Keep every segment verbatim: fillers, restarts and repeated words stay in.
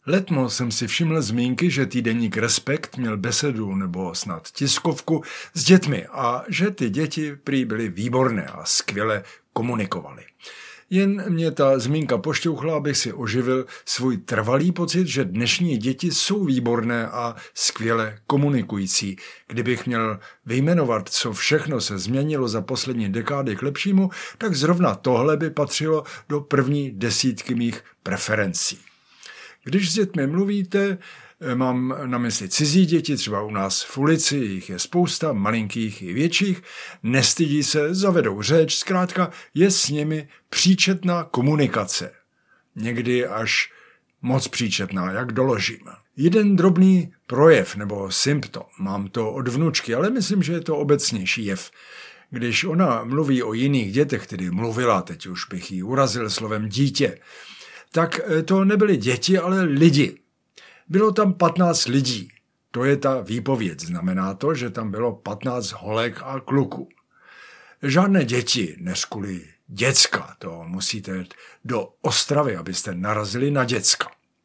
Letmo jsem si všiml zmínky, že týdeník Respekt měl besedu nebo snad tiskovku s dětmi a že ty děti prý byly výborné a skvěle komunikovaly. Jen mě ta zmínka pošťouchla, abych si oživil svůj trvalý pocit, že dnešní děti jsou výborné a skvěle komunikující. Kdybych měl vyjmenovat, co všechno se změnilo za poslední dekády k lepšímu, tak zrovna tohle by patřilo do první desítky mých preferencí. Když s dětmi mluvíte, mám na mysli cizí děti, třeba u nás v ulici, jich je spousta, malinkých i větších, nestydí se, zavedou řeč, zkrátka je s nimi příčetná komunikace. Někdy až moc příčetná, jak doložím. Jeden drobný projev nebo symptom, mám to od vnučky, ale myslím, že je to obecnější jev. Když ona mluví o jiných dětech, tedy mluvila, teď už bych ji urazil slovem dítě, tak to nebyly děti, ale lidi. Bylo tam patnáct lidí. To je ta výpověď. Znamená to, že tam bylo patnáct holek a kluků. Žádné děti, než kvůli děcka. To musíte jít do Ostravy, abyste narazili na děcka.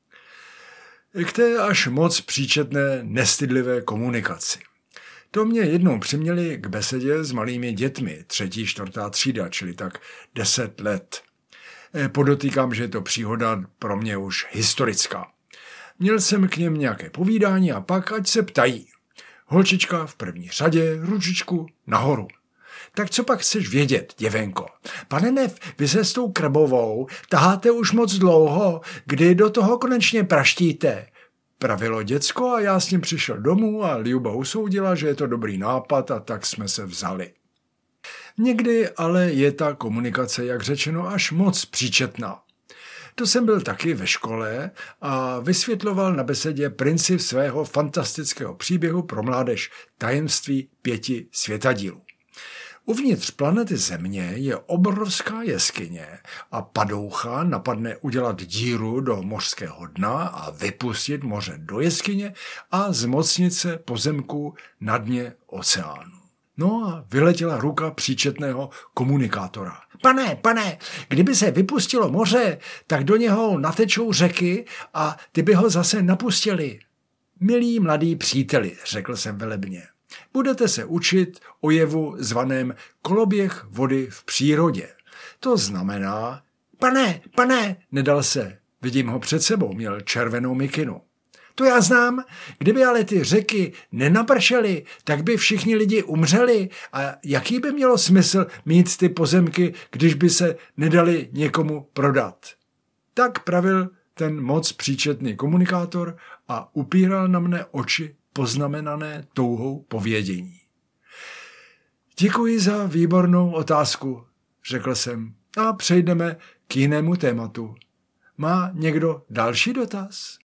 K té až moc příčetné, nestydlivé komunikaci. To mě jednou přiměli k besedě s malými dětmi, třetí, čtvrtá třída, čili tak deset let. Podotýkám, že je to příhoda pro mě už historická. Měl jsem k něm nějaké povídání a pak ať se ptají. Holčička v první řadě, ručičku nahoru. Tak co pak chceš vědět, děvenko? Pane Nef, vy se s tou krbovou taháte už moc dlouho, kdy do toho konečně praštíte? Pravilo děcko a já s ním přišel domů a Ljuba usoudila, že je to dobrý nápad a tak jsme se vzali. Někdy ale je ta komunikace, jak řečeno, až moc příčetná. To jsem byl taky ve škole a vysvětloval na besedě princip svého fantastického příběhu pro mládež Tajemství pěti světadílů. Uvnitř planety Země je obrovská jeskyně a padoucha napadne udělat díru do mořského dna a vypustit moře do jeskyně a zmocnit se pozemků na dně oceánu. No a vyletěla ruka příčetného komunikátora. Pane, pane, kdyby se vypustilo moře, tak do něho natečou řeky a ty by ho zase napustili. Milí mladí příteli, řekl jsem velebně, budete se učit o jevu zvaném koloběh vody v přírodě. To znamená, pane, pane, nedal se, vidím ho před sebou, měl červenou mikinu. To já znám, kdyby ale ty řeky nenapršely, tak by všichni lidi umřeli a jaký by mělo smysl mít ty pozemky, když by se nedali někomu prodat. Tak pravil ten moc příčetný komunikátor a upíral na mne oči poznamenané touhou povědění. Děkuji za výbornou otázku, řekl jsem a přejdeme k jinému tématu. Má někdo další dotaz?